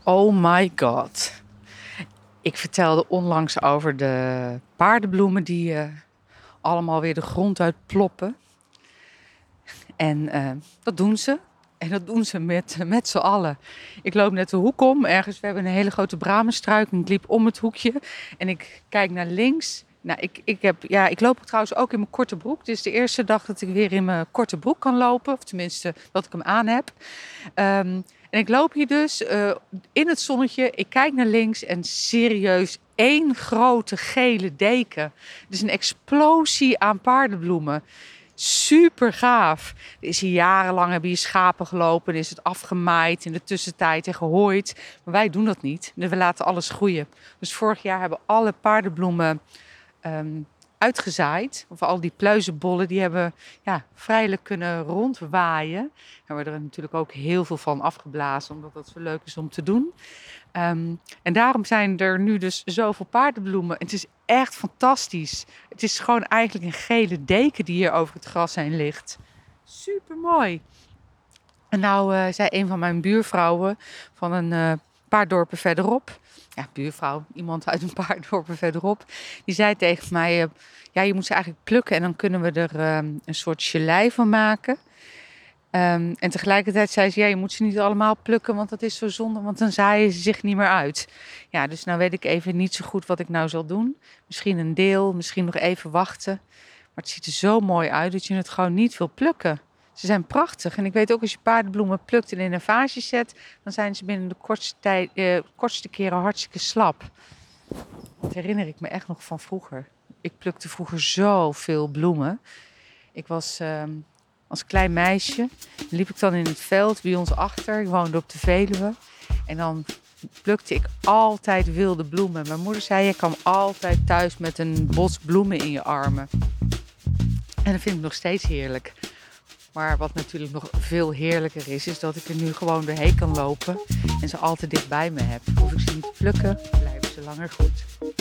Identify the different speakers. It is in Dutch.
Speaker 1: Oh my god. Ik vertelde onlangs over de paardenbloemen die allemaal weer de grond uit ploppen. En dat doen ze. En dat doen ze met z'n allen. Ik loop net de hoek om. Ergens, we hebben een hele grote bramenstruik. En ik liep om het hoekje. En ik kijk naar links. Nou, ik loop trouwens ook in mijn korte broek. Dit is de eerste dag dat ik weer in mijn korte broek kan lopen. Of tenminste, dat ik hem aan heb. En ik loop hier dus in het zonnetje. Ik kijk naar links en serieus één grote gele deken. Dus een explosie aan paardenbloemen. Super gaaf. Er is hier jarenlang, hebben hier schapen gelopen. En is het afgemaaid in de tussentijd en gehooid. Maar wij doen dat niet. We laten alles groeien. Dus vorig jaar hebben alle paardenbloemen uitgezaaid. Of al die pluizenbollen, die hebben vrijelijk kunnen rondwaaien. Er worden er natuurlijk ook heel veel van afgeblazen, omdat dat zo leuk is om te doen. En daarom zijn er nu dus zoveel paardenbloemen. Het is echt fantastisch. Het is gewoon eigenlijk een gele deken die hier over het gras heen ligt. Super mooi. En nou zei een van mijn buurvrouwen van een paar dorpen verderop. Ja, buurvrouw, iemand uit een paar dorpen verderop. Die zei tegen mij, je moet ze eigenlijk plukken en dan kunnen we er een soort gelei van maken. En tegelijkertijd zei ze, je moet ze niet allemaal plukken, want dat is zo zonde, want dan zaaien ze zich niet meer uit. Ja, dus nou weet ik even niet zo goed wat ik nou zal doen. Misschien een deel, misschien nog even wachten. Maar het ziet er zo mooi uit dat je het gewoon niet wil plukken. Ze zijn prachtig. En ik weet ook, als je paardenbloemen plukt en in een vaasje zet, dan zijn ze binnen de kortste keren hartstikke slap. Dat herinner ik me echt nog van vroeger. Ik plukte vroeger zoveel bloemen. Ik was als klein meisje, liep ik dan in het veld bij ons achter. Ik woonde op de Veluwe. En dan plukte ik altijd wilde bloemen. Mijn moeder zei, je kwam altijd thuis met een bos bloemen in je armen. En dat vind ik nog steeds heerlijk. Maar wat natuurlijk nog veel heerlijker is dat ik er nu gewoon doorheen kan lopen en ze altijd dicht bij me heb. Hoef ik ze niet te plukken, blijven ze langer goed.